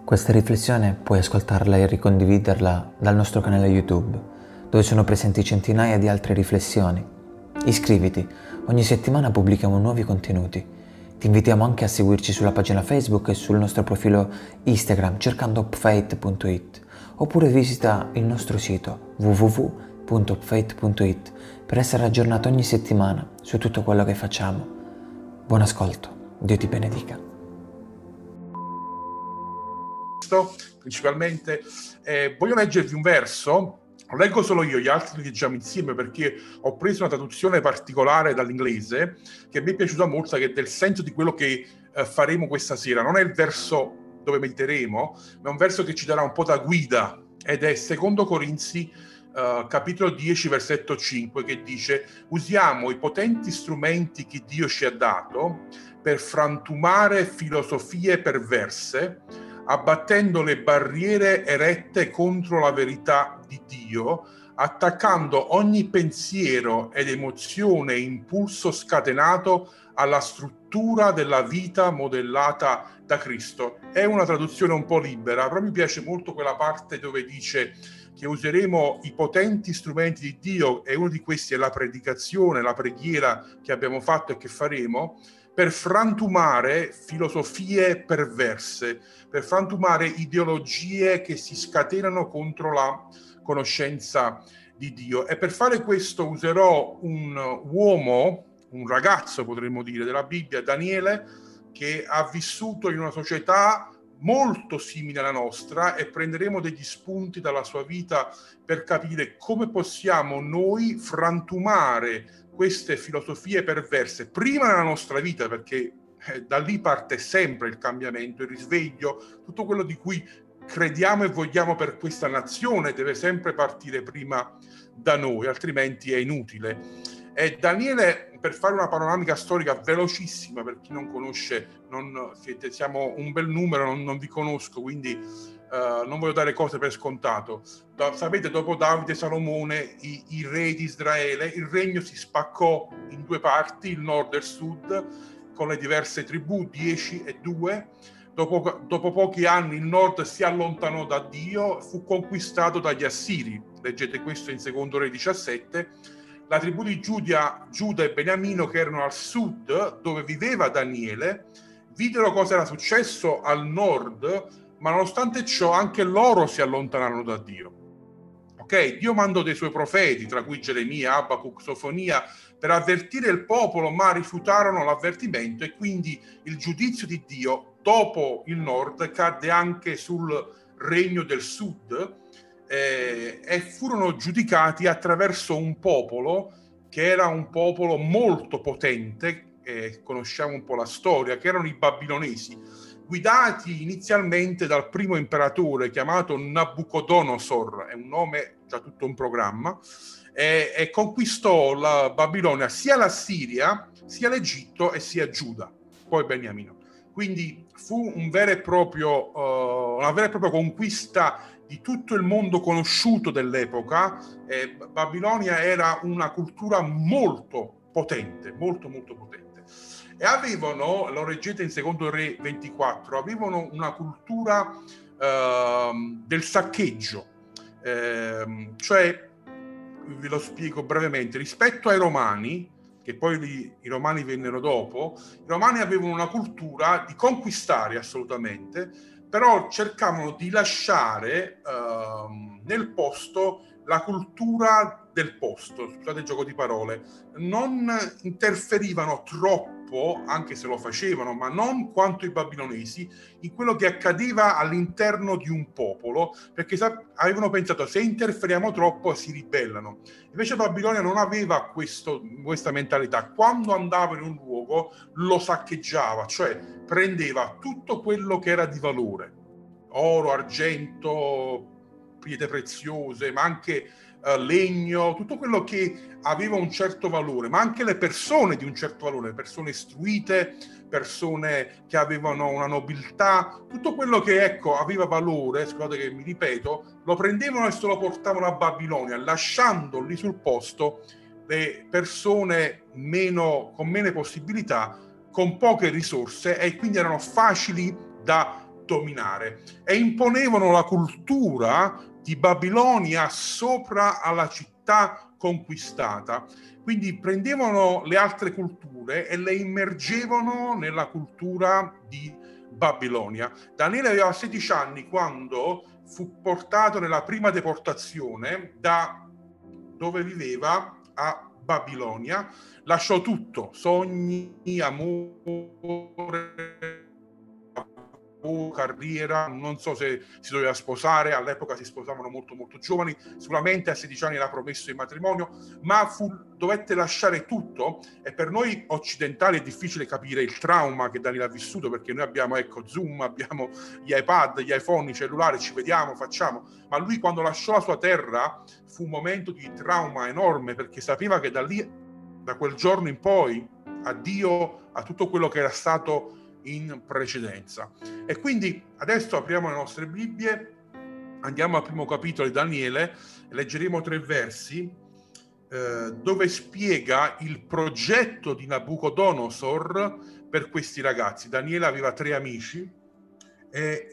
Questa riflessione puoi ascoltarla e ricondividerla dal nostro canale YouTube, dove sono presenti centinaia di altre riflessioni. Iscriviti, ogni settimana pubblichiamo nuovi contenuti. Ti invitiamo anche a seguirci sulla pagina Facebook e sul nostro profilo Instagram cercando opfaith.it, oppure visita il nostro sito www.opfaith.it per essere aggiornato ogni settimana su tutto quello che facciamo. Buon ascolto, Dio ti benedica. Principalmente voglio leggervi un verso. Lo leggo solo io, gli altri li leggiamo insieme perché ho preso una traduzione particolare dall'inglese che mi è piaciuta molto, che è del senso di quello che faremo questa sera. Non è il verso dove mediteremo, ma è un verso che ci darà un po' da guida, ed è secondo Corinzi capitolo 10 versetto 5, che dice: usiamo i potenti strumenti che Dio ci ha dato per frantumare filosofie perverse, abbattendo le barriere erette contro la verità di Dio, attaccando ogni pensiero ed emozione e impulso scatenato alla struttura della vita modellata da Cristo. È una traduzione un po' libera, però mi piace molto quella parte dove dice che useremo i potenti strumenti di Dio, e uno di questi è la predicazione, la preghiera che abbiamo fatto e che faremo, per frantumare filosofie perverse, per frantumare ideologie che si scatenano contro la conoscenza di Dio. E per fare questo userò un uomo, un ragazzo potremmo dire, della Bibbia, Daniele, che ha vissuto in una società molto simile alla nostra, e prenderemo degli spunti dalla sua vita per capire come possiamo noi frantumare queste filosofie perverse prima nella nostra vita, perché da lì parte sempre il cambiamento, il risveglio, tutto quello di cui crediamo e vogliamo per questa nazione deve sempre partire prima da noi, altrimenti è inutile. E Daniele, per fare una panoramica storica velocissima, per chi non conosce, siamo un bel numero, non vi conosco, quindi non voglio dare cose per scontato. Sapete, dopo Davide e Salomone, i re di Israele, il regno si spaccò in due parti, il nord e il sud, con le diverse tribù, 10 e 2. Dopo pochi anni il nord si allontanò da Dio, fu conquistato dagli Assiri. Leggete questo in Secondo Re 17. La tribù di Giuda e Beniamino, che erano al sud, dove viveva Daniele, videro cosa era successo al nord, ma nonostante ciò anche loro si allontanarono da Dio. Ok? Dio mandò dei suoi profeti, tra cui Geremia, Abacuc, Sofonia, per avvertire il popolo, ma rifiutarono l'avvertimento, e quindi il giudizio di Dio dopo il nord cadde anche sul regno del sud, e furono giudicati attraverso un popolo che era un popolo molto potente, conosciamo un po' la storia, che erano i babilonesi, guidati inizialmente dal primo imperatore chiamato Nabucodonosor, è un nome già tutto un programma, e conquistò la Babilonia, sia la Siria, sia l'Egitto e sia Giuda, poi Beniamino. Quindi fu una vera e propria conquista di tutto il mondo conosciuto dell'epoca. Babilonia era una cultura molto potente, molto molto potente. E avevano, lo leggete in Secondo Re 24, avevano una cultura del saccheggio, cioè, ve lo spiego brevemente, rispetto ai Romani, che poi i Romani vennero dopo, i Romani avevano una cultura di conquistare assolutamente, però cercavano di lasciare nel posto la cultura del posto, scusate il gioco di parole, non interferivano troppo, anche se lo facevano, ma non quanto i babilonesi, in quello che accadeva all'interno di un popolo, perché avevano pensato: se interferiamo troppo si ribellano. Invece Babilonia non aveva questa mentalità. Quando andava in un luogo lo saccheggiava, cioè prendeva tutto quello che era di valore, oro, argento, pietre preziose, ma anche legno, tutto quello che aveva un certo valore, ma anche le persone di un certo valore, persone istruite, persone che avevano una nobiltà, tutto quello che aveva valore, scusate che mi ripeto, lo prendevano e se lo portavano a Babilonia, lasciando lì sul posto le persone con meno possibilità, con poche risorse, e quindi erano facili da dominare e imponevano la cultura di Babilonia sopra alla città conquistata. Quindi prendevano le altre culture e le immergevano nella cultura di Babilonia. Daniele aveva 16 anni quando fu portato nella prima deportazione da dove viveva a Babilonia, lasciò tutto, sogni, amore, carriera, non so se si doveva sposare, all'epoca si sposavano molto molto giovani, sicuramente a 16 anni era promesso il matrimonio, ma dovette lasciare tutto. E per noi occidentali è difficile capire il trauma che Daniele ha vissuto, perché noi abbiamo, ecco, Zoom, abbiamo gli iPad, gli iPhone, i cellulari, ci vediamo, facciamo, ma lui quando lasciò la sua terra fu un momento di trauma enorme, perché sapeva che da lì, da quel giorno in poi, addio a tutto quello che era stato in precedenza. E quindi adesso apriamo le nostre Bibbie, andiamo al primo capitolo di Daniele e leggeremo 3 versi dove spiega il progetto di Nabucodonosor per questi ragazzi. Daniele aveva 3 amici e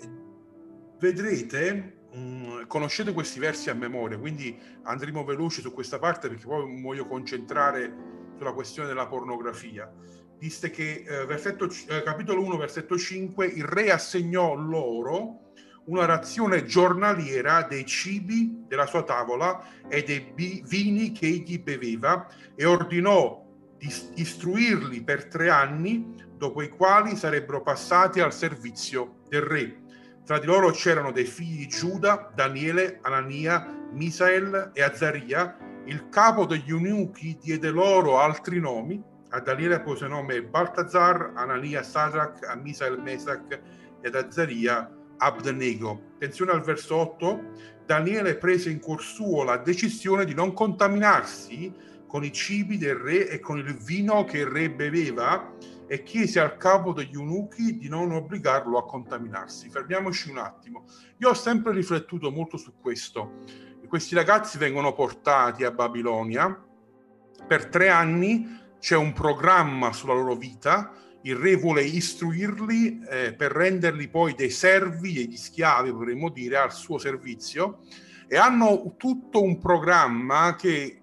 vedrete, conoscete questi versi a memoria, quindi andremo veloci su questa parte perché poi mi voglio concentrare sulla questione della pornografia. Disse che capitolo 1 versetto 5, il re assegnò loro una razione giornaliera dei cibi della sua tavola e dei vini che egli beveva e ordinò di istruirli per 3 anni, dopo i quali sarebbero passati al servizio del re. Tra di loro c'erano dei figli di Giuda, Daniele, Anania, Misael e Azaria. Il capo degli eunuchi diede loro altri nomi. A Daniele pose nome Baltazar, Anania Sadrach, a Misael Mesac e ad Azaria Abednego. Attenzione al verso 8. Daniele prese in cuor suo la decisione di non contaminarsi con i cibi del re e con il vino che il re beveva e chiese al capo degli eunuchi di non obbligarlo a contaminarsi. Fermiamoci un attimo. Io ho sempre riflettuto molto su questo. Questi ragazzi vengono portati a Babilonia per 3 anni. C'è un programma sulla loro vita, il re vuole istruirli per renderli poi dei servi, degli schiavi, potremmo dire, al suo servizio, e hanno tutto un programma che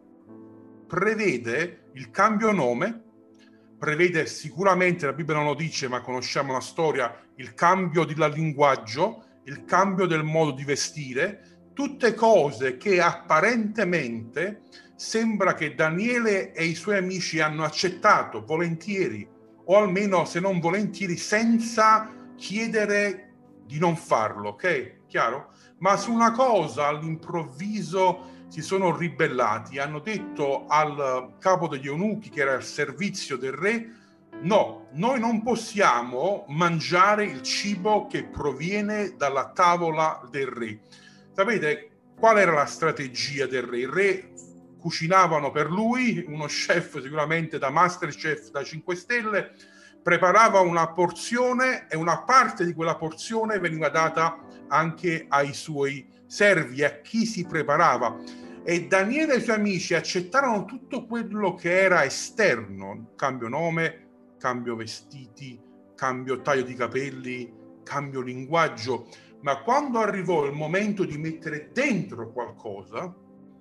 prevede il cambio nome, prevede sicuramente, la Bibbia non lo dice, ma conosciamo la storia, il cambio del linguaggio, il cambio del modo di vestire, tutte cose che apparentemente sembra che Daniele e i suoi amici hanno accettato volentieri, o almeno se non volentieri senza chiedere di non farlo, ok? Chiaro? Ma su una cosa all'improvviso si sono ribellati, hanno detto al capo degli eunuchi che era al servizio del re: no, noi non possiamo mangiare il cibo che proviene dalla tavola del re. Sapete qual era la strategia del re? Il re cucinavano per lui, uno chef sicuramente da Masterchef da 5 stelle, preparava una porzione e una parte di quella porzione veniva data anche ai suoi servi, a chi si preparava. E Daniele e i suoi amici accettarono tutto quello che era esterno: cambio nome, cambio vestiti, cambio taglio di capelli, cambio linguaggio. Ma quando arrivò il momento di mettere dentro qualcosa,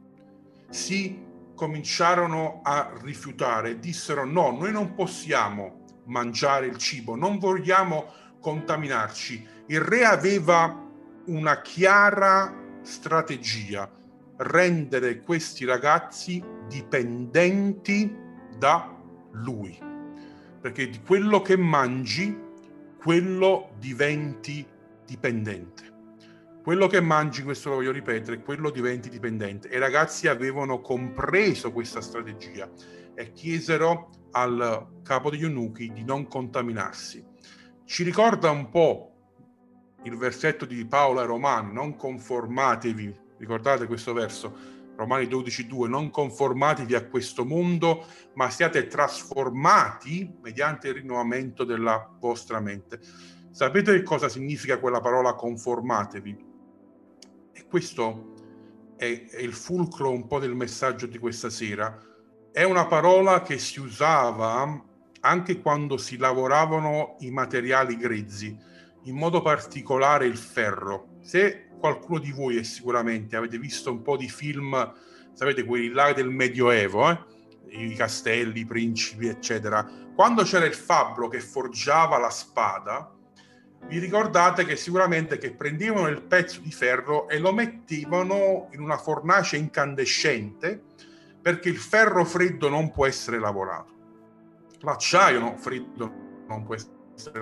si cominciarono a rifiutare, dissero: no, noi non possiamo mangiare il cibo, non vogliamo contaminarci. Il re aveva una chiara strategia: rendere questi ragazzi dipendenti da lui, perché di quello che mangi, quello diventi dipendente. Quello che mangi, questo lo voglio ripetere, quello diventi dipendente. E i ragazzi avevano compreso questa strategia e chiesero al capo degli eunuchi di non contaminarsi. Ci ricorda un po' il versetto di Paolo ai Romani: non conformatevi, ricordate questo verso? Romani 12,2: non conformatevi a questo mondo, ma siate trasformati mediante il rinnovamento della vostra mente. Sapete che cosa significa quella parola conformatevi? E questo è il fulcro un po' del messaggio di questa sera. È una parola che si usava anche quando si lavoravano i materiali grezzi. in modo particolare il ferro. Se qualcuno di voi, e sicuramente avete visto un po' di film, sapete, quelli là del Medioevo, i castelli, i principi, eccetera, quando c'era il fabbro che forgiava la spada, vi ricordate che sicuramente che prendevano il pezzo di ferro e lo mettevano in una fornace incandescente, perché il ferro freddo non può essere lavorato, l'acciaio freddo non può essere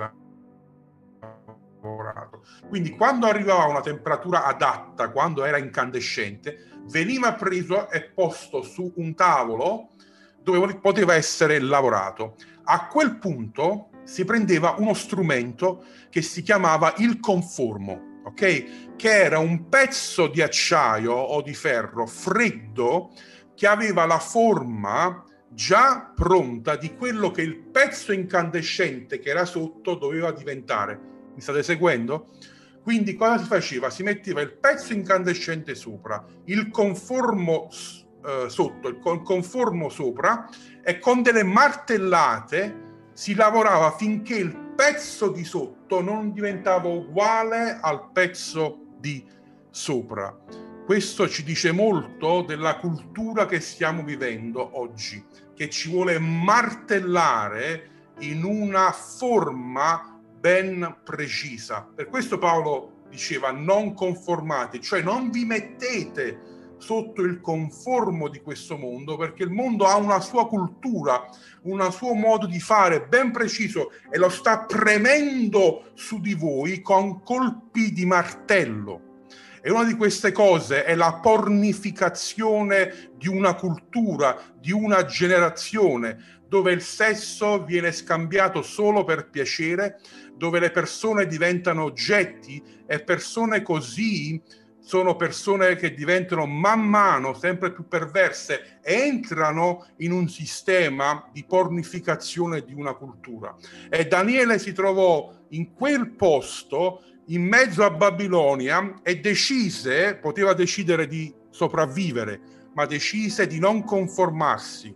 lavorato. Quindi quando arrivava a una temperatura adatta, quando era incandescente, veniva preso e posto su un tavolo dove poteva essere lavorato. A quel punto si prendeva uno strumento che si chiamava il conformo, ok? Che era un pezzo di acciaio o di ferro freddo che aveva la forma già pronta di quello che il pezzo incandescente che era sotto doveva diventare. Mi state seguendo? Quindi cosa si faceva? Si metteva il pezzo incandescente sopra, il conformo sotto, il conformo sopra, e con delle martellate si lavorava finché il pezzo di sotto non diventava uguale al pezzo di sopra. Questo ci dice molto della cultura che stiamo vivendo oggi, che ci vuole martellare in una forma ben precisa. Per questo Paolo diceva: non conformate, cioè non vi mettete sotto il conformo di questo mondo, perché il mondo ha una sua cultura, un suo modo di fare ben preciso, e lo sta premendo su di voi con colpi di martello. E una di queste cose è la pornificazione di una cultura, di una generazione, dove il sesso viene scambiato solo per piacere, dove le persone diventano oggetti, e persone così sono persone che diventano man mano sempre più perverse, e entrano in un sistema di pornificazione di una cultura. E Daniele si trovò in quel posto, in mezzo a Babilonia, e poteva decidere di sopravvivere, ma decise di non conformarsi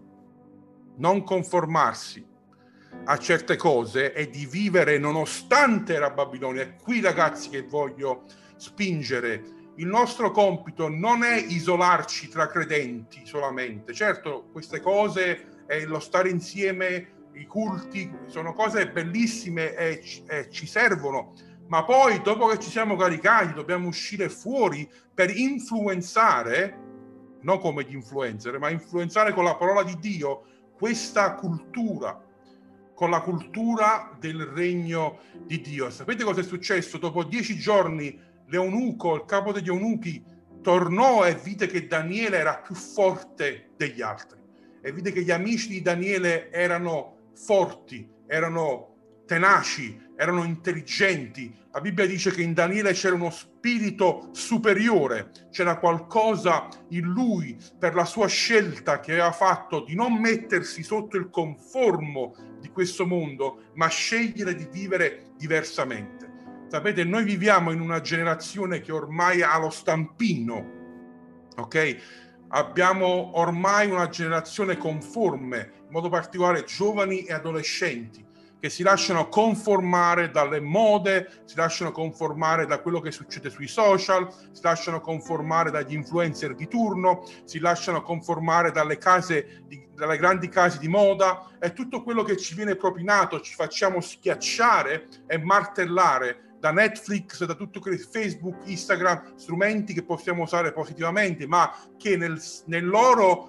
a certe cose e di vivere nonostante la Babilonia. È qui, ragazzi, che voglio spingere. Il nostro compito non è isolarci tra credenti solamente. Certo, queste cose e lo stare insieme, i culti, sono cose bellissime e ci servono, ma poi dopo che ci siamo caricati dobbiamo uscire fuori per influenzare, non come gli influencer, ma influenzare con la parola di Dio questa cultura, con la cultura del regno di Dio. Sapete cosa è successo? Dopo 10 giorni l'eunuco, il capo degli eunuchi, tornò e vide che Daniele era più forte degli altri, e vide che gli amici di Daniele erano forti, erano tenaci, erano intelligenti. La Bibbia dice che in Daniele c'era uno spirito superiore, c'era qualcosa in lui, per la sua scelta che aveva fatto di non mettersi sotto il conformo di questo mondo, ma scegliere di vivere diversamente. Sapete, noi viviamo in una generazione che ormai ha lo stampino, ok? Abbiamo ormai una generazione conforme, in modo particolare giovani e adolescenti, che si lasciano conformare dalle mode, si lasciano conformare da quello che succede sui social, si lasciano conformare dagli influencer di turno, si lasciano conformare dalle grandi case di moda, e tutto quello che ci viene propinato ci facciamo schiacciare e martellare da Netflix, da tutto quello, Facebook, Instagram, strumenti che possiamo usare positivamente, ma che nel loro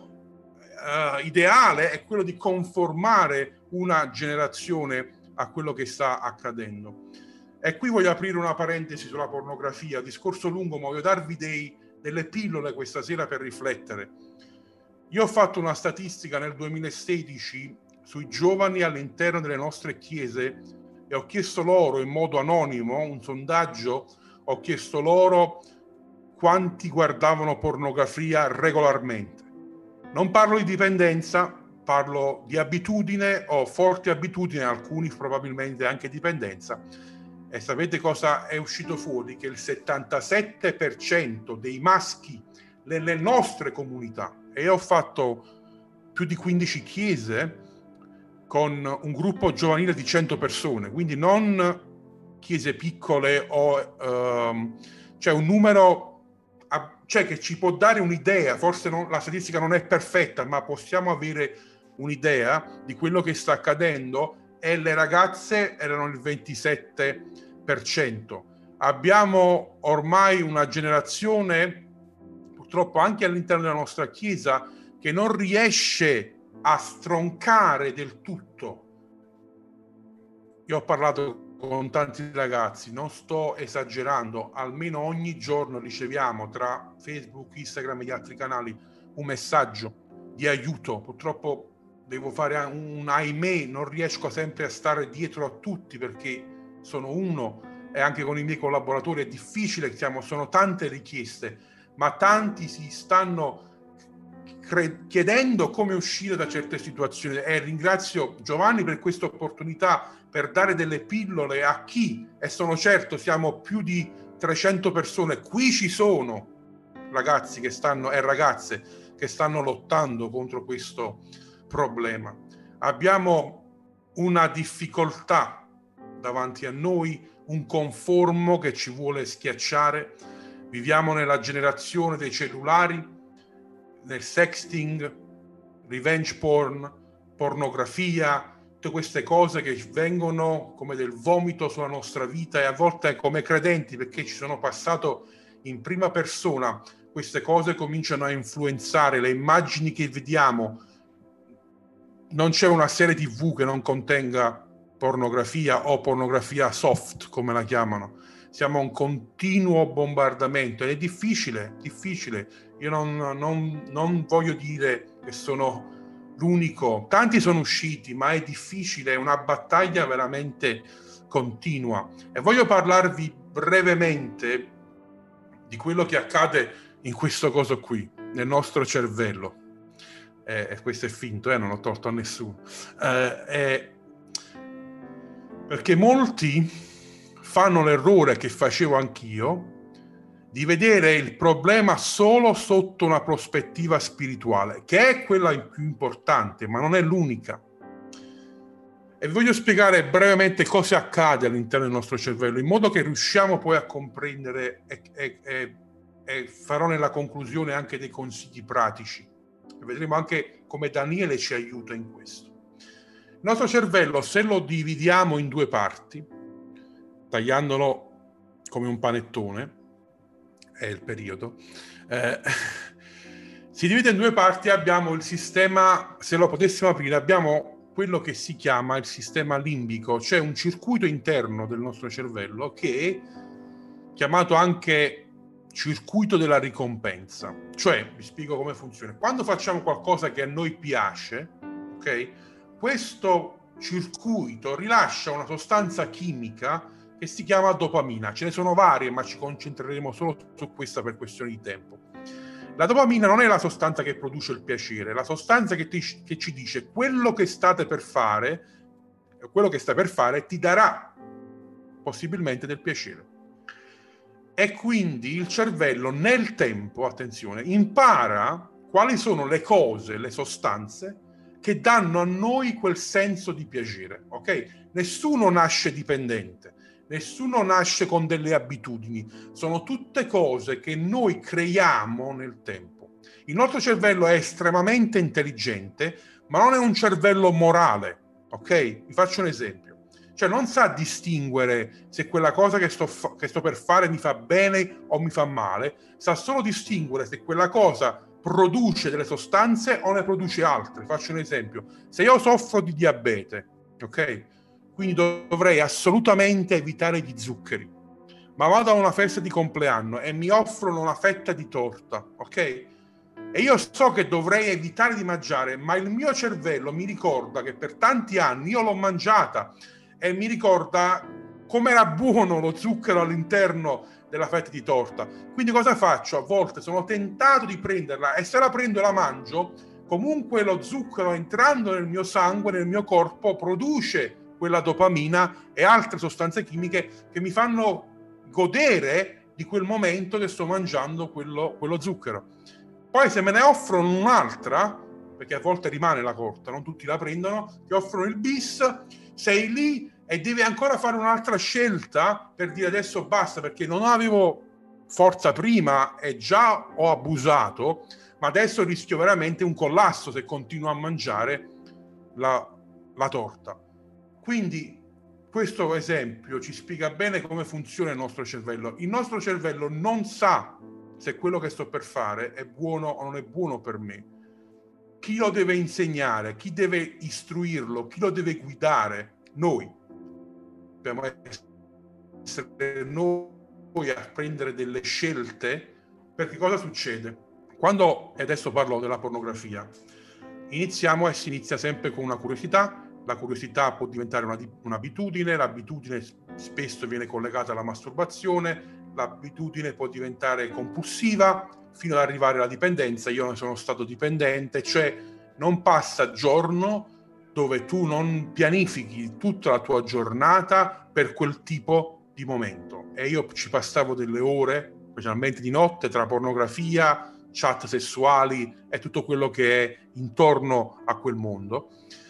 ideale è quello di conformare una generazione a quello che sta accadendo. E qui voglio aprire una parentesi sulla pornografia, discorso lungo, ma voglio darvi delle pillole questa sera per riflettere. Io ho fatto una statistica nel 2016 sui giovani all'interno delle nostre chiese, e ho chiesto loro in modo anonimo, un sondaggio, ho chiesto loro quanti guardavano pornografia regolarmente. Non parlo di dipendenza, parlo di abitudine o forti abitudini, alcuni probabilmente anche dipendenza. E sapete cosa è uscito fuori? Che il 77% dei maschi nelle nostre comunità, e ho fatto più di 15 chiese con un gruppo giovanile di 100 persone, quindi non chiese piccole o cioè un numero cioè che ci può dare un'idea, forse la statistica non è perfetta, ma possiamo avere un'idea di quello che sta accadendo, e le ragazze erano il 27%. Abbiamo ormai una generazione, purtroppo anche all'interno della nostra Chiesa, che non riesce a stroncare del tutto. Io ho parlato con tanti ragazzi, non sto esagerando, almeno ogni giorno riceviamo tra Facebook, Instagram e gli altri canali un messaggio di aiuto. Purtroppo devo fare un ahimè, non riesco sempre a stare dietro a tutti perché sono uno, e anche con i miei collaboratori è difficile, sono tante richieste, ma tanti si stanno chiedendo come uscire da certe situazioni, e ringrazio Giovanni per questa opportunità, per dare delle pillole a chi, e sono certo siamo più di 300 persone, qui ci sono ragazzi che stanno e ragazze che stanno lottando contro questo problema. Abbiamo una difficoltà davanti a noi, un conformo che ci vuole schiacciare. Viviamo nella generazione dei cellulari, del sexting, revenge porn, pornografia, tutte queste cose che vengono come del vomito sulla nostra vita, e a volte come credenti, perché ci sono passato in prima persona, queste cose cominciano a influenzare le immagini che vediamo. Non c'è una serie TV che non contenga pornografia, o pornografia soft, come la chiamano. Siamo a un continuo bombardamento ed è difficile. Io non voglio dire che sono l'unico. Tanti sono usciti, ma è difficile, è una battaglia veramente continua. E voglio parlarvi brevemente di quello che accade in questo coso qui, nel nostro cervello. Questo è finto, non l'ho tolto a nessuno. Perché molti fanno l'errore che facevo anch'io di vedere il problema solo sotto una prospettiva spirituale, che è quella più importante, ma non è l'unica. E vi voglio spiegare brevemente cosa accade all'interno del nostro cervello, in modo che riusciamo poi a comprendere e farò nella conclusione anche dei consigli pratici. E vedremo anche come Daniele ci aiuta in questo. Il nostro cervello, se lo dividiamo in due parti, tagliandolo come un panettone, è il periodo, si divide in due parti. Abbiamo il sistema, se lo potessimo aprire, abbiamo quello che si chiama il sistema limbico, cioè un circuito interno del nostro cervello che è chiamato anche circuito della ricompensa. Cioè, vi spiego come funziona. Quando facciamo qualcosa che a noi piace, ok? Questo circuito rilascia una sostanza chimica che si chiama dopamina. Ce ne sono varie, ma ci concentreremo solo su questa per questioni di tempo. La dopamina non è la sostanza che produce il piacere, è la sostanza che ci dice quello che state per fare, quello che stai per fare ti darà possibilmente del piacere. E quindi il cervello nel tempo, attenzione, impara quali sono le cose, le sostanze che danno a noi quel senso di piacere, ok? Nessuno nasce dipendente, nessuno nasce con delle abitudini, sono tutte cose che noi creiamo nel tempo. Il nostro cervello è estremamente intelligente, ma non è un cervello morale, ok? Vi faccio un esempio. Cioè non sa distinguere se quella cosa che sto per fare mi fa bene o mi fa male, sa solo distinguere se quella cosa produce delle sostanze o ne produce altre. Faccio un esempio. Se io soffro di diabete, ok? Quindi dovrei assolutamente evitare gli zuccheri, ma vado a una festa di compleanno e mi offrono una fetta di torta, ok? E io so che dovrei evitare di mangiare, ma il mio cervello mi ricorda che per tanti anni io l'ho mangiata, e mi ricorda com'era buono lo zucchero all'interno della fetta di torta. Quindi cosa faccio? A volte sono tentato di prenderla, e se la prendo e la mangio, comunque lo zucchero entrando nel mio sangue, nel mio corpo, produce quella dopamina e altre sostanze chimiche che mi fanno godere di quel momento che sto mangiando quello zucchero. Poi se me ne offrono un'altra, perché a volte rimane la corta, non tutti la prendono, ti offrono il bis, sei lì e deve ancora fare un'altra scelta per dire adesso basta, perché non avevo forza prima e già ho abusato, ma adesso rischio veramente un collasso se continuo a mangiare la torta. Quindi questo esempio ci spiega bene come funziona il nostro cervello. Il nostro cervello non sa se quello che sto per fare è buono o non è buono per me. Chi lo deve insegnare? Chi deve istruirlo? Chi lo deve guidare? Noi. Dobbiamo essere noi a prendere delle scelte, perché cosa succede? Quando, e adesso parlo della pornografia, si inizia sempre con una curiosità. La curiosità può diventare un'abitudine, l'abitudine spesso viene collegata alla masturbazione, l'abitudine può diventare compulsiva fino ad arrivare alla dipendenza. Io ne sono stato dipendente, cioè non passa giorno dove tu non pianifichi tutta la tua giornata per quel tipo di momento. E io ci passavo delle ore, specialmente di notte, tra pornografia, chat sessuali e tutto quello che è intorno a quel mondo.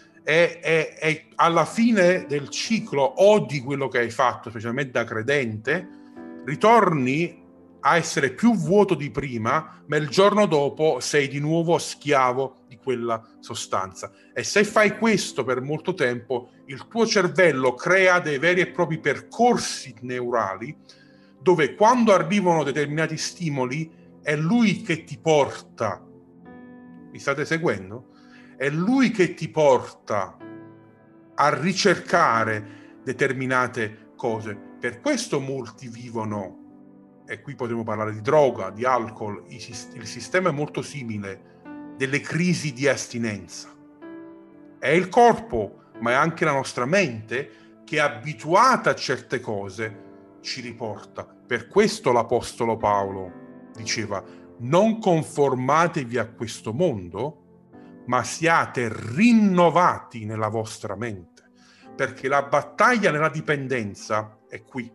E alla fine del ciclo o di quello che hai fatto, specialmente da credente, ritorni a essere più vuoto di prima, ma il giorno dopo sei di nuovo schiavo di quella sostanza. E se fai questo per molto tempo, il tuo cervello crea dei veri e propri percorsi neurali dove quando arrivano determinati stimoli è lui che ti porta. Mi state seguendo? È lui che ti porta a ricercare determinate cose. Per questo molti vivono, e qui potremmo parlare di droga, di alcol, il sistema è molto simile, delle crisi di astinenza. È il corpo, ma è anche la nostra mente che è abituata a certe cose, ci riporta. Per questo l'Apostolo Paolo diceva: non conformatevi a questo mondo, ma siate rinnovati nella vostra mente, perché la battaglia nella dipendenza è qui,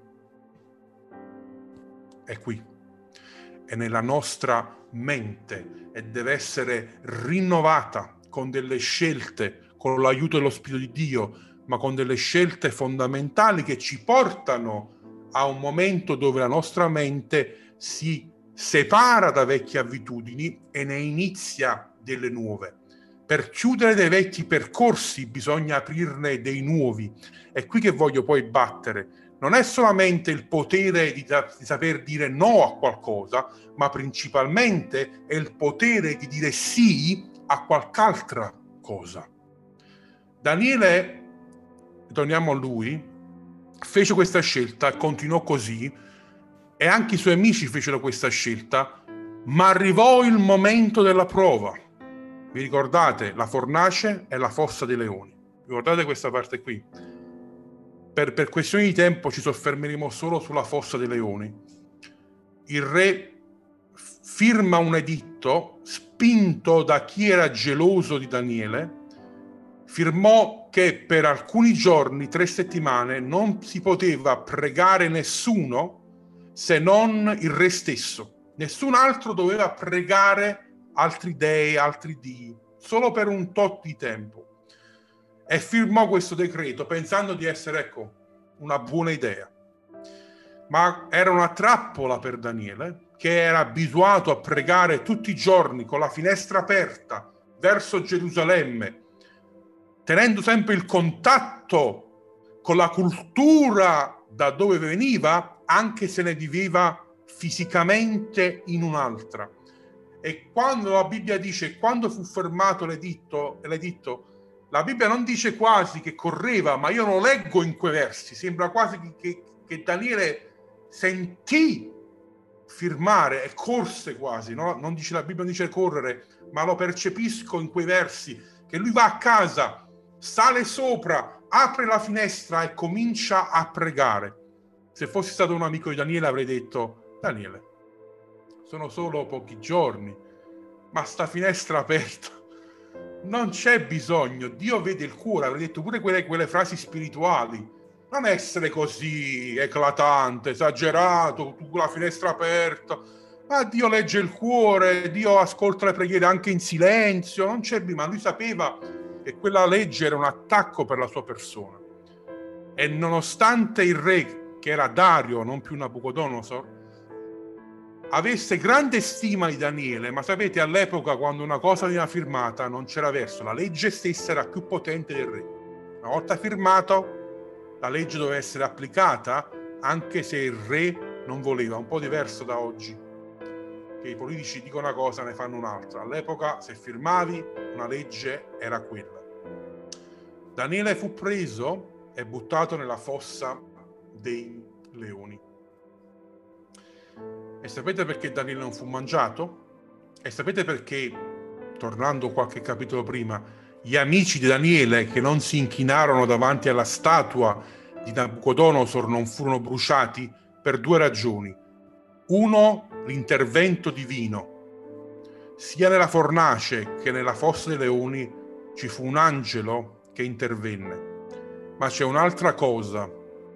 è nella nostra mente e deve essere rinnovata con delle scelte, con l'aiuto dello Spirito di Dio, ma con delle scelte fondamentali che ci portano a un momento dove la nostra mente si separa da vecchie abitudini e ne inizia delle nuove. Per chiudere dei vecchi percorsi bisogna aprirne dei nuovi. È qui che voglio poi battere. Non è solamente il potere di saper dire no a qualcosa, ma principalmente è il potere di dire sì a qualche altra cosa. Daniele, torniamo a lui, fece questa scelta e continuò così, e anche i suoi amici fecero questa scelta, ma arrivò il momento della prova. Vi ricordate la fornace e la fossa dei leoni? Ricordate questa parte qui? Per questioni di tempo ci soffermeremo solo sulla fossa dei leoni. Il re firma un editto spinto da chi era geloso di Daniele, firmò che per alcuni giorni, 3 settimane, non si poteva pregare nessuno se non il re stesso. Nessun altro doveva pregare altri dei, altri dii, solo per un tot di tempo. E firmò questo decreto pensando di essere, ecco, una buona idea. Ma era una trappola per Daniele, che era abituato a pregare tutti i giorni con la finestra aperta verso Gerusalemme, tenendo sempre il contatto con la cultura da dove veniva, anche se ne viveva fisicamente in un'altra. E quando la Bibbia dice, quando fu fermato l'editto, la Bibbia non dice quasi che correva, ma io lo leggo in quei versi, sembra quasi che Daniele sentì firmare e corse quasi, no? Non dice, la Bibbia non dice correre, ma lo percepisco in quei versi, che lui va a casa, sale sopra, apre la finestra e comincia a pregare. Se fossi stato un amico di Daniele avrei detto: Daniele, sono solo pochi giorni, ma sta finestra aperta, non c'è bisogno, Dio vede il cuore. Avrei detto pure quelle frasi spirituali, non essere così eclatante, esagerato, tu con la finestra aperta. Ma Dio legge il cuore, Dio ascolta le preghiere anche in silenzio, non c'è bisogno. Ma lui sapeva che quella legge era un attacco per la sua persona. E nonostante il re, che era Dario, non più Nabucodonosor, avesse grande stima di Daniele, ma sapete, all'epoca quando una cosa veniva firmata non c'era verso, la legge stessa era più potente del re. Una volta firmato, la legge doveva essere applicata anche se il re non voleva, un po' diverso da oggi, che i politici dicono una cosa e ne fanno un'altra. All'epoca, se firmavi, una legge era quella. Daniele fu preso e buttato nella fossa dei leoni. E sapete perché Daniele non fu mangiato? E sapete perché, tornando qualche capitolo prima, gli amici di Daniele che non si inchinarono davanti alla statua di Nabucodonosor non furono bruciati? Per due ragioni. Uno, l'intervento divino. Sia nella fornace che nella fossa dei leoni ci fu un angelo che intervenne. Ma c'è un'altra cosa.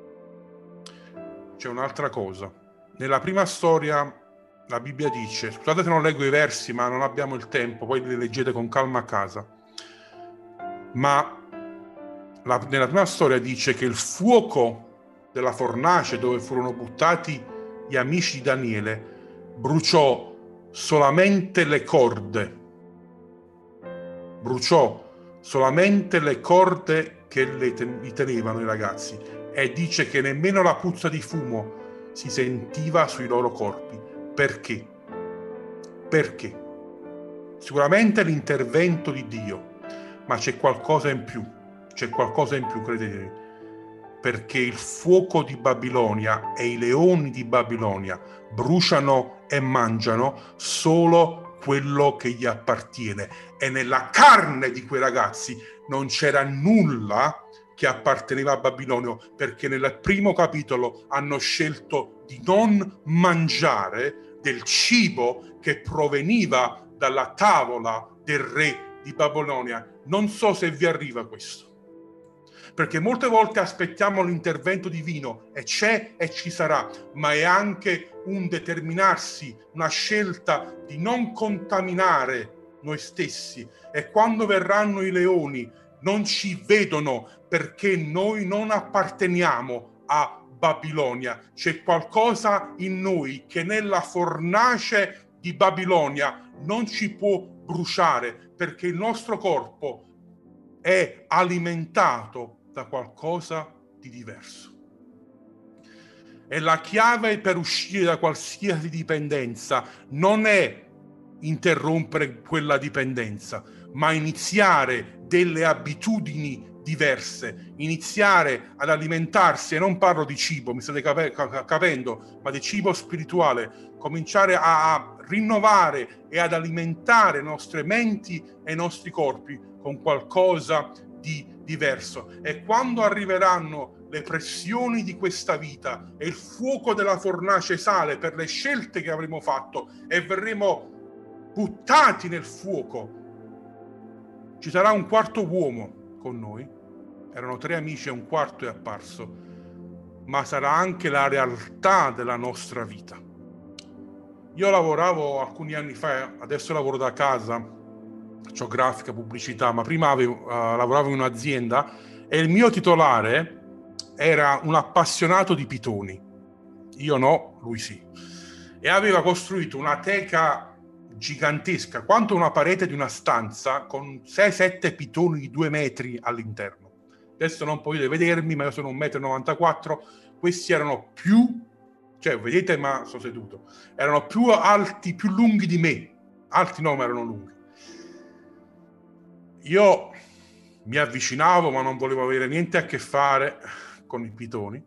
Nella prima storia la Bibbia dice, scusate se non leggo i versi, ma non abbiamo il tempo, poi li leggete con calma a casa, ma nella prima storia dice che il fuoco della fornace dove furono buttati gli amici di Daniele bruciò solamente le corde, che li tenevano i ragazzi, e dice che nemmeno la puzza di fumo si sentiva sui loro corpi. Perché? Sicuramente l'intervento di Dio, ma c'è qualcosa in più, credetemi, perché il fuoco di Babilonia e i leoni di Babilonia bruciano e mangiano solo quello che gli appartiene, e nella carne di quei ragazzi non c'era nulla che apparteneva a Babilonio, perché nel primo capitolo hanno scelto di non mangiare del cibo che proveniva dalla tavola del re di Babilonia. Non so se vi arriva questo, perché molte volte aspettiamo l'intervento divino, e c'è e ci sarà, ma è anche un determinarsi, una scelta di non contaminare noi stessi, e quando verranno i leoni non ci vedono, perché noi non apparteniamo a Babilonia. C'è qualcosa in noi che nella fornace di Babilonia non ci può bruciare, perché il nostro corpo è alimentato da qualcosa di diverso. E la chiave per uscire da qualsiasi dipendenza non è interrompere quella dipendenza, ma iniziare delle abitudini diverse, iniziare ad alimentarsi, e non parlo di cibo, mi state capendo, ma di cibo spirituale, cominciare a rinnovare e ad alimentare le nostre menti e i nostri corpi con qualcosa di diverso. E quando arriveranno le pressioni di questa vita e il fuoco della fornace sale per le scelte che avremo fatto e verremo buttati nel fuoco, ci sarà un quarto uomo con noi. Erano 3 amici e un quarto è apparso, ma sarà anche la realtà della nostra vita. Io lavoravo alcuni anni fa, adesso lavoro da casa, faccio grafica, pubblicità, ma prima lavoravo in un'azienda e il mio titolare era un appassionato di pitoni. Io no, lui sì. E aveva costruito una teca gigantesca, quanto una parete di una stanza, con 6-7 pitoni di 2 metri all'interno. Adesso non potete vedermi, ma io sono 1,94 m. Questi erano più, cioè vedete, ma sono seduto, erano più alti, più lunghi di me. Alti no, ma erano lunghi. Io mi avvicinavo, ma non volevo avere niente a che fare con i pitoni.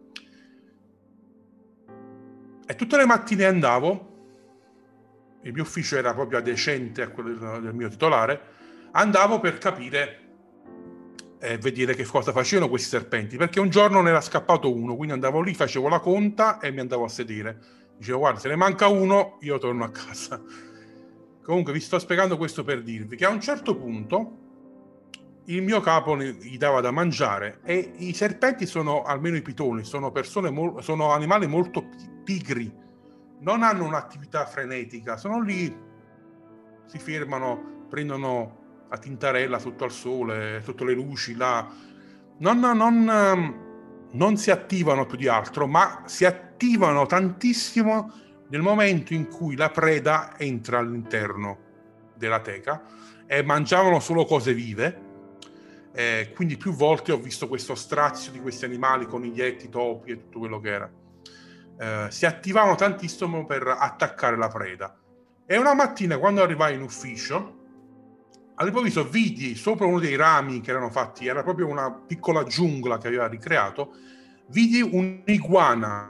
E tutte le mattine andavo, il mio ufficio era proprio adiacente a quello del mio titolare, andavo per capire e vedere che cosa facevano questi serpenti, perché un giorno ne era scappato uno, quindi andavo lì, facevo la conta e mi andavo a sedere. Dicevo, guarda, se ne manca uno, io torno a casa. Comunque vi sto spiegando questo per dirvi che a un certo punto il mio capo gli dava da mangiare, e i serpenti sono, almeno i pitoni, sono sono animali molto pigri, non hanno un'attività frenetica, sono lì, si fermano, prendono la tintarella sotto al sole, sotto le luci là, non non si attivano più di altro, ma si attivano tantissimo nel momento in cui la preda entra all'interno della teca, e mangiavano solo cose vive. Quindi più volte ho visto questo strazio di questi animali, coniglietti, topi e tutto quello che era. Si attivavano tantissimo per attaccare la preda. E una mattina, quando arrivai in ufficio, all'improvviso vidi sopra uno dei rami che erano fatti, era proprio una piccola giungla che aveva ricreato, vidi un'iguana.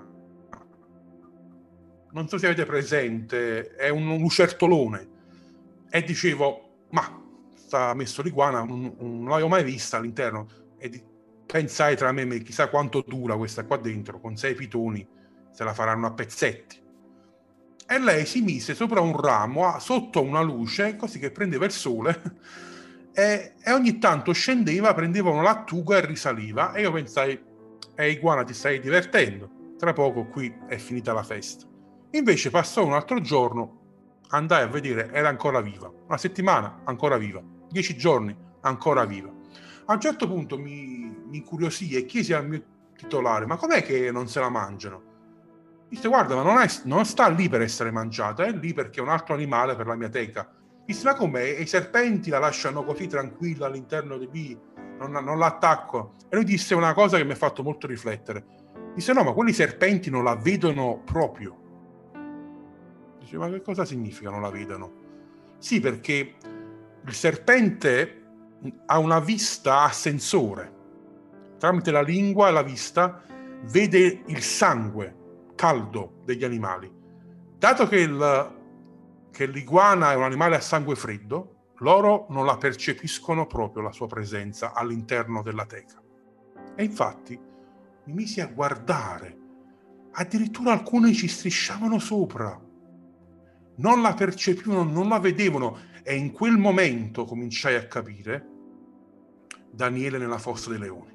Non so se avete presente, è un lucertolone. E dicevo, ma sta messo l'iguana, non l'avevo mai vista all'interno. E pensai tra me e me, chissà quanto dura questa qua dentro, con 6 pitoni, se la faranno a pezzetti. E lei si mise sopra un ramo, sotto una luce, così che prendeva il sole, e ogni tanto scendeva, prendeva una lattuga e risaliva. E io pensai, iguana, ti stai divertendo, tra poco qui è finita la festa. Invece passò un altro giorno, andai a vedere, era ancora viva. Una settimana, ancora viva. 10 giorni, ancora viva. A un certo punto mi incuriosì e chiesi al mio titolare, ma com'è che non se la mangiano? Disse, guarda, ma non sta lì per essere mangiata, è lì perché è un altro animale per la mia teca. Disse, ma com'è? E i serpenti la lasciano così tranquilla all'interno di lì, non l'attacco. E lui disse una cosa che mi ha fatto molto riflettere. Disse, no, ma quelli serpenti non la vedono proprio. Dice, ma che cosa significa non la vedono? Sì, perché il serpente ha una vista a sensore. Tramite la lingua e la vista vede il sangue caldo degli animali. Dato che l'iguana è un animale a sangue freddo, loro non la percepiscono proprio la sua presenza all'interno della teca. E infatti mi misi a guardare. Addirittura alcune ci strisciavano sopra. Non la percepivano, non la vedevano, e in quel momento cominciai a capire Daniele nella fossa dei leoni.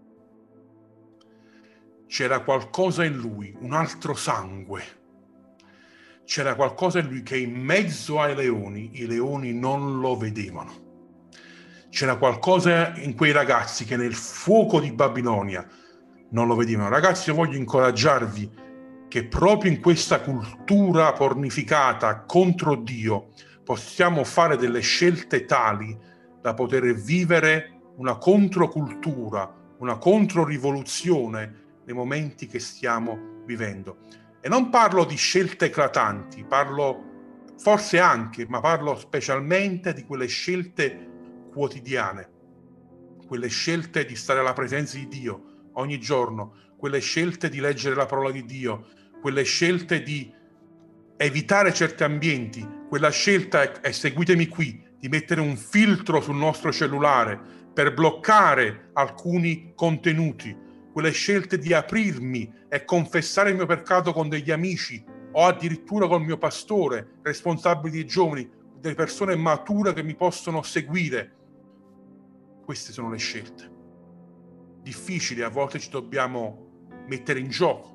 C'era qualcosa in lui, un altro sangue. C'era qualcosa in lui che in mezzo ai leoni, i leoni non lo vedevano. C'era qualcosa in quei ragazzi che nel fuoco di Babilonia non lo vedevano. Ragazzi, io voglio incoraggiarvi che proprio in questa cultura pornificata contro Dio possiamo fare delle scelte tali da poter vivere una controcultura, una controrivoluzione nei momenti che stiamo vivendo. E non parlo di scelte eclatanti, parlo forse anche, ma parlo specialmente di quelle scelte quotidiane, quelle scelte di stare alla presenza di Dio ogni giorno, quelle scelte di leggere la parola di Dio, quelle scelte di evitare certi ambienti, quella scelta, e seguitemi qui, di mettere un filtro sul nostro cellulare per bloccare alcuni contenuti, quelle scelte di aprirmi e confessare il mio peccato con degli amici o addirittura col mio pastore, responsabili dei giovani, delle persone mature che mi possono seguire. Queste sono le scelte difficili, a volte ci dobbiamo mettere in gioco.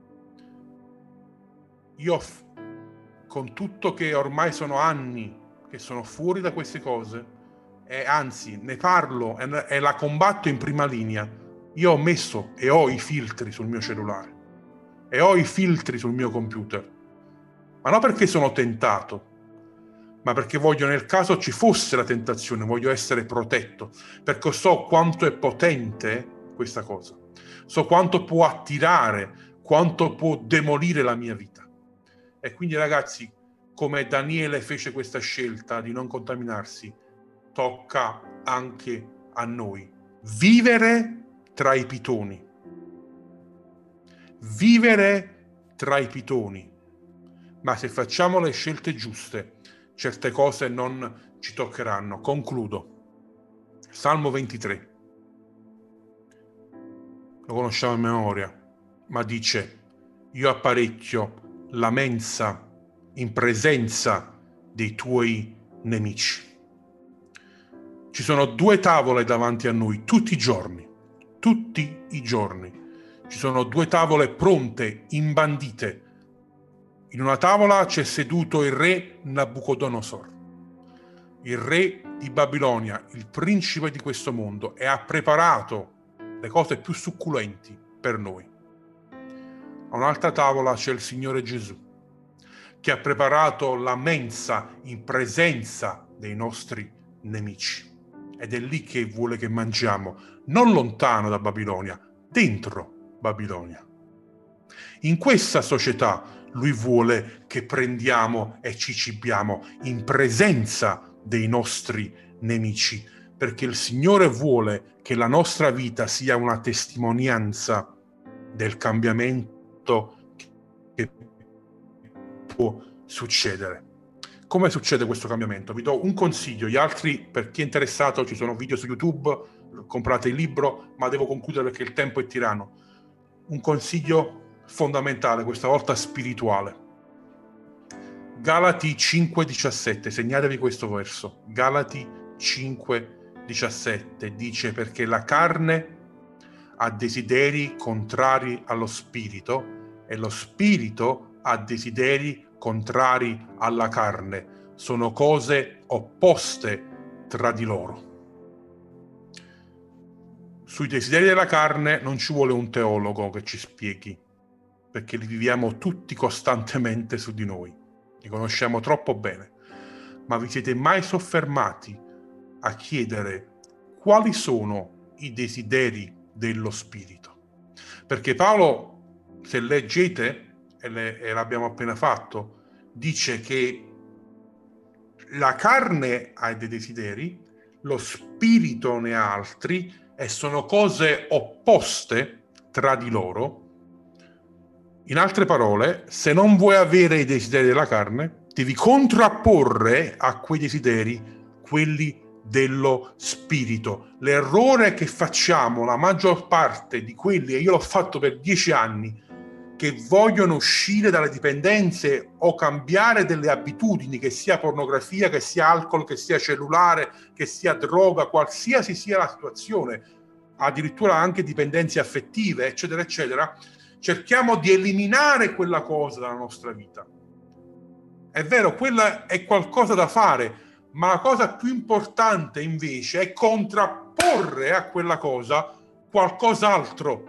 Io, con tutto che ormai sono anni che sono fuori da queste cose, e anzi ne parlo e la combatto in prima linea, io ho messo e ho i filtri sul mio cellulare e ho i filtri sul mio computer, ma non perché sono tentato, ma perché voglio, nel caso ci fosse la tentazione, voglio essere protetto, perché so quanto è potente questa cosa, so quanto può attirare, quanto può demolire la mia vita. E quindi, ragazzi, come Daniele fece questa scelta di non contaminarsi, tocca anche a noi vivere tra i pitoni. Vivere tra i pitoni. Ma se facciamo le scelte giuste, certe cose non ci toccheranno. Concludo. Salmo 23. Lo conosciamo a memoria, ma dice: io apparecchio la mensa in presenza dei tuoi nemici. Ci sono 2 tavole davanti a noi tutti i giorni. Ci sono 2 tavole pronte, imbandite. In una tavola c'è seduto il re Nabucodonosor, il re di Babilonia, il principe di questo mondo, e ha preparato le cose più succulenti per noi. A un'altra tavola c'è il Signore Gesù, che ha preparato la mensa in presenza dei nostri nemici. Ed è lì che vuole che mangiamo, non lontano da Babilonia, dentro Babilonia. In questa società Lui vuole che prendiamo e ci cibiamo in presenza dei nostri nemici, perché il Signore vuole che la nostra vita sia una testimonianza del cambiamento che può succedere. Come succede questo cambiamento? Vi do un consiglio, gli altri, per chi è interessato, ci sono video su YouTube, comprate il libro, ma devo concludere perché il tempo è tiranno. Un consiglio fondamentale, questa volta spirituale. Galati 5,17, segnatevi questo verso. Galati 5,17 dice: perché la carne ha desideri contrari allo spirito e lo spirito ha desideri contrari alla carne. Sono cose opposte tra di loro. Sui desideri della carne non ci vuole un teologo che ci spieghi, perché li viviamo tutti costantemente su di noi, li conosciamo troppo bene. Ma vi siete mai soffermati a chiedere quali sono i desideri dello spirito? Perché Paolo, se leggete, e l'abbiamo appena fatto, dice che la carne ha dei desideri, lo spirito ne ha altri, e sono cose opposte tra di loro. In altre parole, se non vuoi avere i desideri della carne, devi contrapporre a quei desideri quelli dello spirito. L'errore che facciamo, la maggior parte di quelli, e io l'ho fatto per 10 anni, che vogliono uscire dalle dipendenze o cambiare delle abitudini, che sia pornografia, che sia alcol, che sia cellulare, che sia droga, qualsiasi sia la situazione, addirittura anche dipendenze affettive, eccetera, eccetera, cerchiamo di eliminare quella cosa dalla nostra vita. È vero, quella è qualcosa da fare, ma la cosa più importante invece è contrapporre a quella cosa qualcos'altro.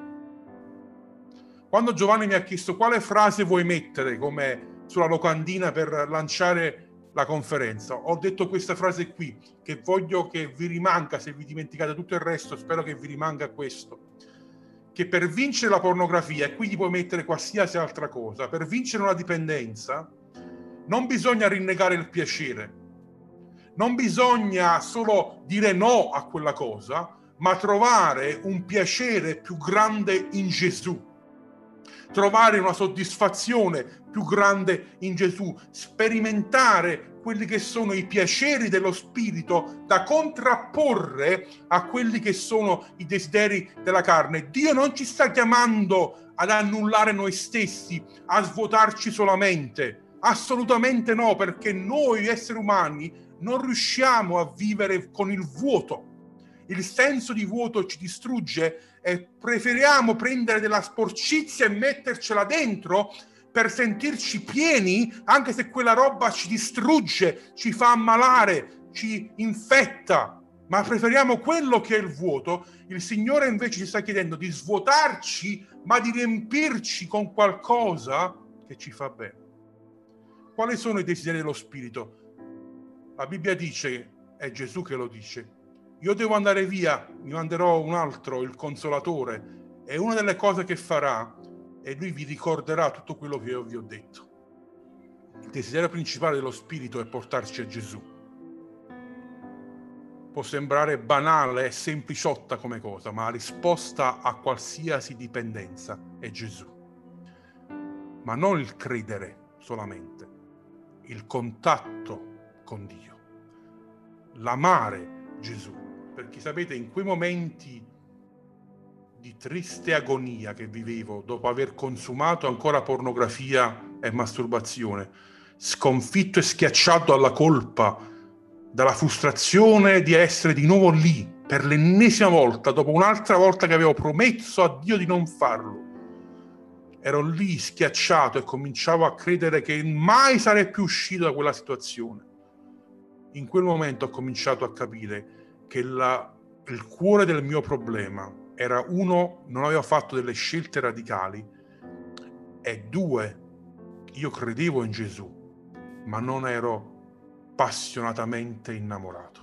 Quando Giovanni mi ha chiesto quale frase vuoi mettere come sulla locandina per lanciare la conferenza, ho detto questa frase qui, che voglio che vi rimanga. Se vi dimenticate tutto il resto, spero che vi rimanga questo, che per vincere la pornografia, e qui gli puoi mettere qualsiasi altra cosa, per vincere una dipendenza non bisogna rinnegare il piacere, non bisogna solo dire no a quella cosa, ma trovare un piacere più grande in Gesù, trovare una soddisfazione più grande in Gesù, sperimentare quelli che sono i piaceri dello spirito da contrapporre a quelli che sono i desideri della carne. Dio non ci sta chiamando ad annullare noi stessi, a svuotarci solamente, assolutamente no, perché noi esseri umani non riusciamo a vivere con il vuoto. Il senso di vuoto ci distrugge e preferiamo prendere della sporcizia e mettercela dentro per sentirci pieni, anche se quella roba ci distrugge, ci fa ammalare, ci infetta, ma preferiamo quello che è il vuoto. Il Signore invece ci sta chiedendo di svuotarci, ma di riempirci con qualcosa che ci fa bene. Quali sono i desideri dello spirito? La Bibbia dice, è Gesù che lo dice: io devo andare via, mi manderò un altro, il Consolatore, e una delle cose che farà è lui vi ricorderà tutto quello che io vi ho detto. Il desiderio principale dello Spirito è portarci a Gesù. Può sembrare banale e sempliciotta come cosa, ma la risposta a qualsiasi dipendenza è Gesù. Ma non il credere solamente, il contatto con Dio, l'amare Gesù. Perché sapete, in quei momenti di triste agonia che vivevo dopo aver consumato ancora pornografia e masturbazione, sconfitto e schiacciato dalla colpa, dalla frustrazione di essere di nuovo lì per l'ennesima volta, dopo un'altra volta che avevo promesso a Dio di non farlo, ero lì schiacciato e cominciavo a credere che mai sarei più uscito da quella situazione. In quel momento ho cominciato a capire che il cuore del mio problema era uno, non aveva fatto delle scelte radicali, e due, io credevo in Gesù, ma non ero appassionatamente innamorato.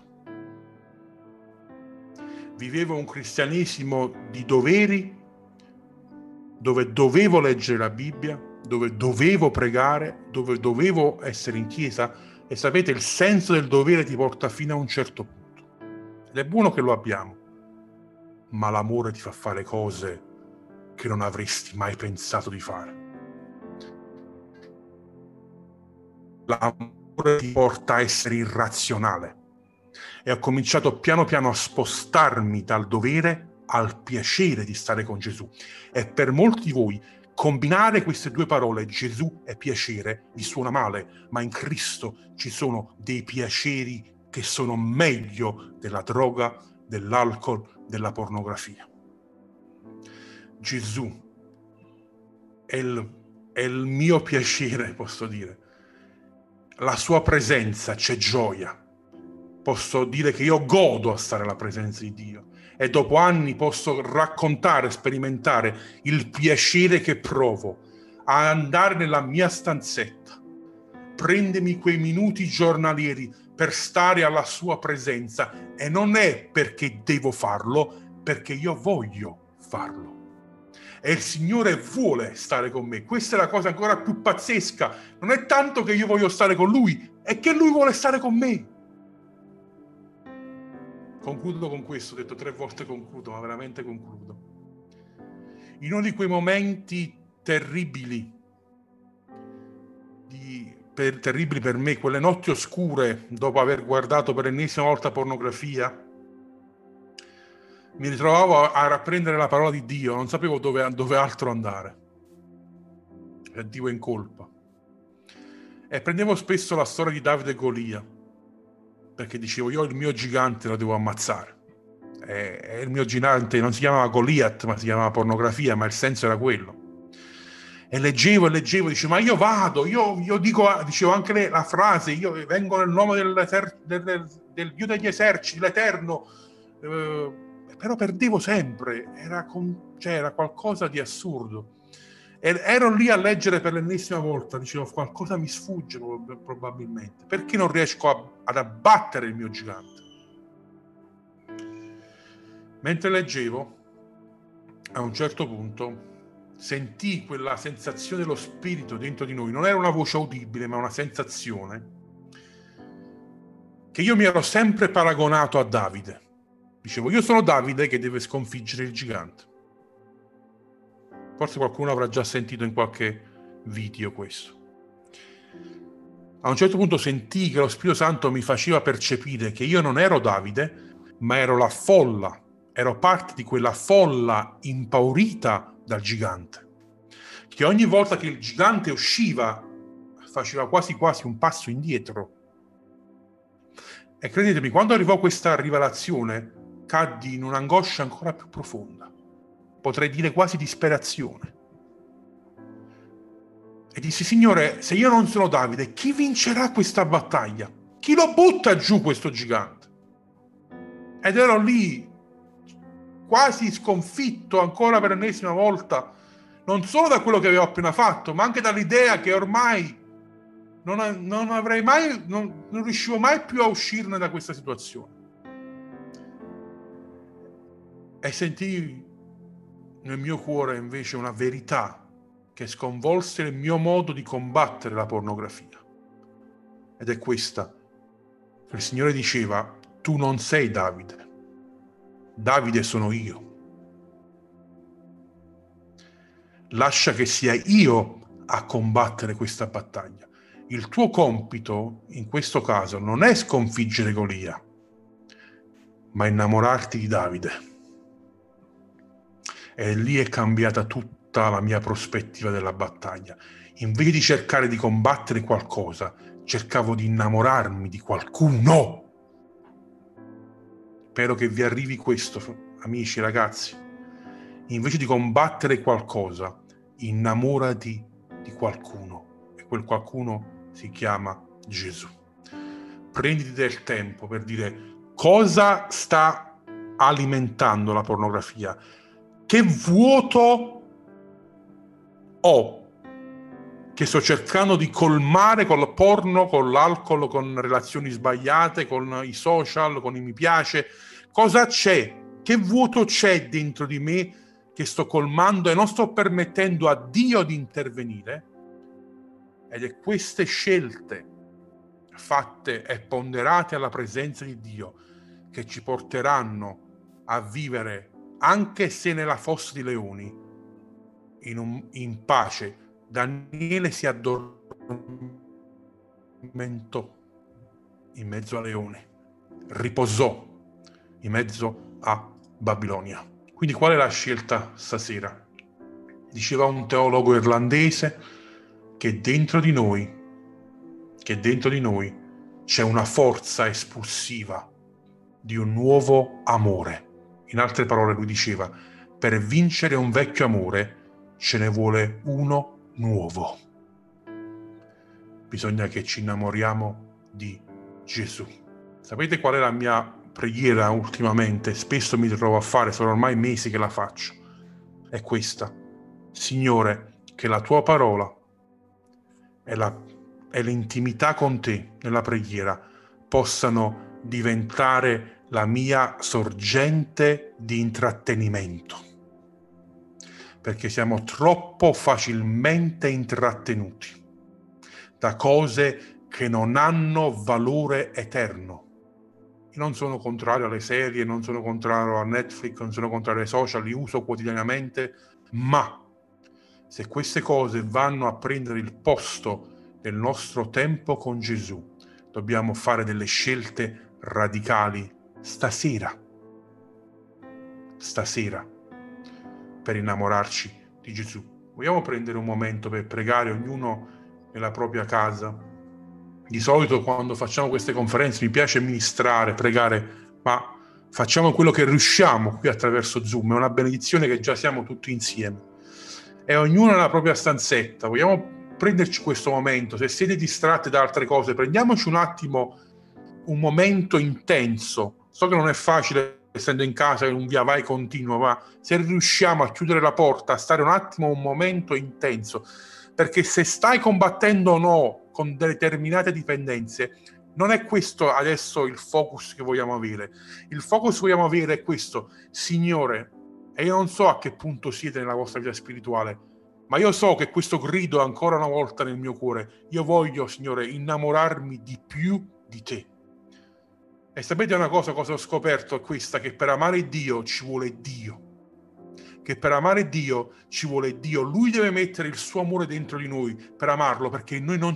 Vivevo un cristianesimo di doveri, dove dovevo leggere la Bibbia, dove dovevo pregare, dove dovevo essere in chiesa, e sapete, il senso del dovere ti porta fino a un certo punto. Ed è buono che lo abbiamo, ma l'amore ti fa fare cose che non avresti mai pensato di fare. L'amore ti porta a essere irrazionale. E ho cominciato piano piano a spostarmi dal dovere al piacere di stare con Gesù. E per molti di voi combinare queste due parole, Gesù e piacere, vi suona male, ma in Cristo ci sono dei piaceri che sono meglio della droga, dell'alcol, della pornografia. Gesù è il mio piacere, posso dire. La sua presenza, c'è gioia. Posso dire che io godo a stare alla presenza di Dio, e dopo anni posso raccontare, sperimentare il piacere che provo a andare nella mia stanzetta, prendermi quei minuti giornalieri per stare alla sua presenza, e non è perché devo farlo, perché io voglio farlo. E il Signore vuole stare con me. Questa è la cosa ancora più pazzesca. Non è tanto che io voglio stare con Lui, è che Lui vuole stare con me. Concludo con questo, ho detto 3 volte concludo, ma veramente concludo. In uno di quei momenti terribili, terribili per me, quelle notti oscure, dopo aver guardato per l'ennesima volta pornografia, mi ritrovavo a rapprendere la parola di Dio, non sapevo dove altro andare. Sentivo in colpa. E prendevo spesso la storia di Davide e Golia, perché dicevo, io il mio gigante lo devo ammazzare. E il mio gigante non si chiamava Goliath, ma si chiamava pornografia, ma il senso era quello. E leggevo, dicevo, ma io vado, io dico, dicevo anche la frase, io vengo nel nome del Dio degli eserciti, l'Eterno, però perdevo sempre, era qualcosa di assurdo. E ero lì a leggere per l'ennesima volta, dicevo, qualcosa mi sfugge probabilmente, perché non riesco ad abbattere il mio gigante? Mentre leggevo, a un certo punto sentii quella sensazione dello spirito dentro di noi, non era una voce udibile, ma una sensazione, che io mi ero sempre paragonato a Davide. Dicevo, io sono Davide che deve sconfiggere il gigante. Forse qualcuno avrà già sentito in qualche video questo. A un certo punto sentii che lo Spirito Santo mi faceva percepire che io non ero Davide, ma ero la folla, ero parte di quella folla impaurita dal gigante, che ogni volta che il gigante usciva faceva quasi un passo indietro. E credetemi, quando arrivò questa rivelazione, caddi in un'angoscia ancora più profonda, potrei dire quasi disperazione. E dissi, Signore, se io non sono Davide, chi vincerà questa battaglia? Chi lo butta giù questo gigante? Ed ero lì, quasi sconfitto ancora per l'ennesima volta, non solo da quello che avevo appena fatto, ma anche dall'idea che ormai non riuscivo mai più a uscirne da questa situazione. E sentii nel mio cuore invece una verità che sconvolse il mio modo di combattere la pornografia. Ed è questa, che il Signore diceva, tu non sei Davide, Davide sono io. Lascia che sia io a combattere questa battaglia. Il tuo compito, in questo caso, non è sconfiggere Golia, ma innamorarti di Davide. E lì è cambiata tutta la mia prospettiva della battaglia. Invece di cercare di combattere qualcosa, cercavo di innamorarmi di qualcuno. Spero che vi arrivi questo, amici, ragazzi. Invece di combattere qualcosa, innamorati di qualcuno. E quel qualcuno si chiama Gesù. Prenditi del tempo per dire cosa sta alimentando la pornografia. che vuoto ho che sto cercando di colmare col porno, con l'alcol, con relazioni sbagliate, con i social, con i mi piace? Cosa c'è? Che vuoto c'è dentro di me che sto colmando e non sto permettendo a Dio di intervenire? Ed è queste scelte fatte e ponderate alla presenza di Dio che ci porteranno a vivere, anche se nella fossa di leoni, in pace. Daniele si addormentò in mezzo a leoni, riposò in mezzo a Babilonia. Quindi qual è la scelta stasera? Diceva un teologo irlandese che dentro di noi c'è una forza espulsiva di un nuovo amore. In altre parole lui diceva: per vincere un vecchio amore ce ne vuole uno nuovo. Bisogna che ci innamoriamo di Gesù. Sapete qual è la mia preghiera ultimamente? Spesso mi trovo a fare, sono ormai mesi che la faccio. È questa: Signore, che la tua parola e l'intimità con te nella preghiera possano diventare la mia sorgente di intrattenimento, perché siamo troppo facilmente intrattenuti da cose che non hanno valore eterno. Io non sono contrario alle serie, non sono contrario a Netflix, non sono contrario ai social, li uso quotidianamente, ma se queste cose vanno a prendere il posto del nostro tempo con Gesù, dobbiamo fare delle scelte radicali stasera, per innamorarci di Gesù. Vogliamo prendere un momento per pregare, ognuno nella propria casa? Di solito quando facciamo queste conferenze mi piace ministrare, pregare, ma facciamo quello che riusciamo qui attraverso Zoom. È una benedizione che già siamo tutti insieme. E ognuno nella propria stanzetta. Vogliamo prenderci questo momento? Se siete distratti da altre cose, prendiamoci un attimo, un momento intenso. So che non è facile essendo in casa in un via vai continuo, ma se riusciamo a chiudere la porta, a stare un attimo, un momento intenso, perché se stai combattendo o no con determinate dipendenze, non è questo adesso il focus che vogliamo avere. Il focus che vogliamo avere è questo: Signore, e io non so a che punto siete nella vostra vita spirituale, ma io so che questo grido è ancora una volta nel mio cuore: io voglio, Signore, innamorarmi di più di te. E sapete una cosa ho scoperto? È questa: che per amare Dio ci vuole Dio. Che per amare Dio ci vuole Dio. Lui deve mettere il suo amore dentro di noi per amarlo, perché in noi non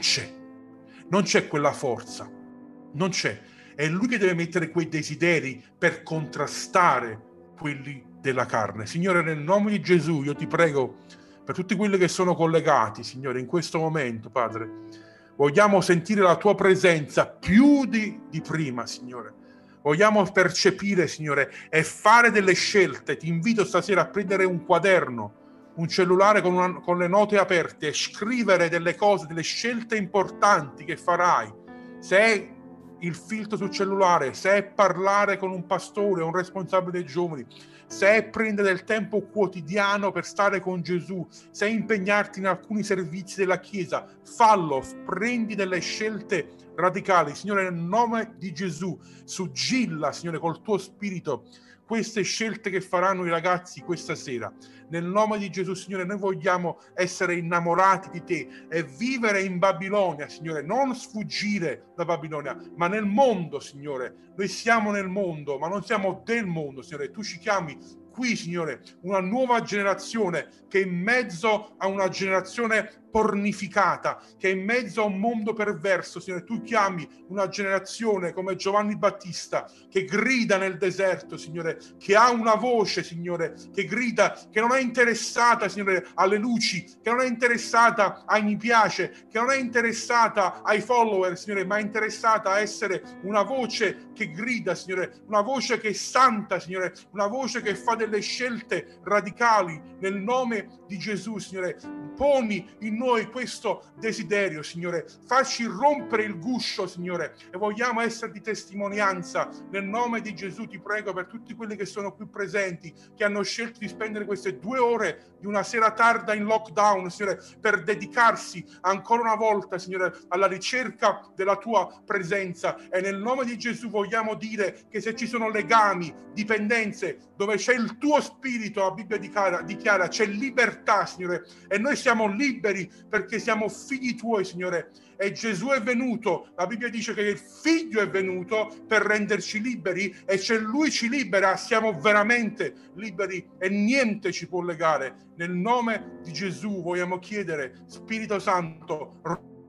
c'è quella forza, non c'è. È Lui che deve mettere quei desideri per contrastare quelli della carne. Signore, nel nome di Gesù io ti prego per tutti quelli che sono collegati, Signore, in questo momento, Padre, vogliamo sentire la tua presenza più di prima, Signore. Vogliamo percepire, Signore, e fare delle scelte. Ti invito stasera a prendere un quaderno, un cellulare con le note aperte e scrivere delle cose, delle scelte importanti che farai. Se è il filtro sul cellulare, se è parlare con un pastore, un responsabile dei giovani, se è prendere del tempo quotidiano per stare con Gesù, se è impegnarti in alcuni servizi della Chiesa, fallo, prendi delle scelte radicali. Signore, nel nome di Gesù, suggilla, Signore, col tuo spirito queste scelte che faranno i ragazzi questa sera. Nel nome di Gesù, Signore, noi vogliamo essere innamorati di te e vivere in Babilonia, Signore, non sfuggire da Babilonia, ma nel mondo, Signore. Noi siamo nel mondo, ma non siamo del mondo, Signore. Tu ci chiami qui, Signore, una nuova generazione che è in mezzo a una generazione pornificata, che è in mezzo a un mondo perverso, Signore. Tu chiami una generazione come Giovanni Battista, che grida nel deserto, Signore, che ha una voce, Signore, che grida, che non è interessata, Signore, alle luci, che non è interessata ai mi piace, che non è interessata ai follower, Signore, ma è interessata a essere una voce che grida, Signore, una voce che è santa, Signore, una voce che fa delle scelte radicali nel nome di Gesù, Signore. Poni in noi noi questo desiderio, Signore. Facci rompere il guscio, Signore, e vogliamo essere di testimonianza. Nel nome di Gesù ti prego per tutti quelli che sono qui presenti, che hanno scelto di spendere queste 2 ore di una sera tarda in lockdown, Signore, per dedicarsi ancora una volta, Signore, alla ricerca della tua presenza. E nel nome di Gesù vogliamo dire che se ci sono legami, dipendenze, dove c'è il tuo spirito, la Bibbia dichiara c'è libertà, Signore, e noi siamo liberi perché siamo figli tuoi, Signore. E Gesù è venuto, la Bibbia dice che il figlio è venuto per renderci liberi, e se lui ci libera siamo veramente liberi e niente ci può legare. Nel nome di Gesù vogliamo chiedere, Spirito Santo,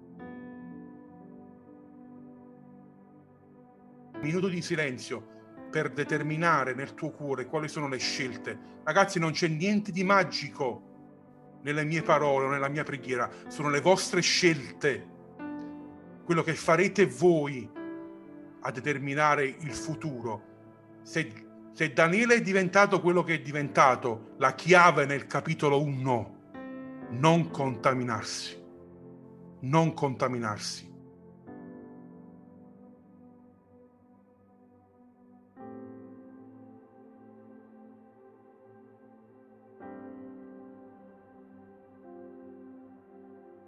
un minuto di silenzio per determinare nel tuo cuore quali sono le scelte. Ragazzi, non c'è niente di magico nelle mie parole o nella mia preghiera, sono le vostre scelte, quello che farete voi a determinare il futuro. Se Daniele è diventato quello che è diventato, la chiave nel capitolo 1, non contaminarsi, non contaminarsi.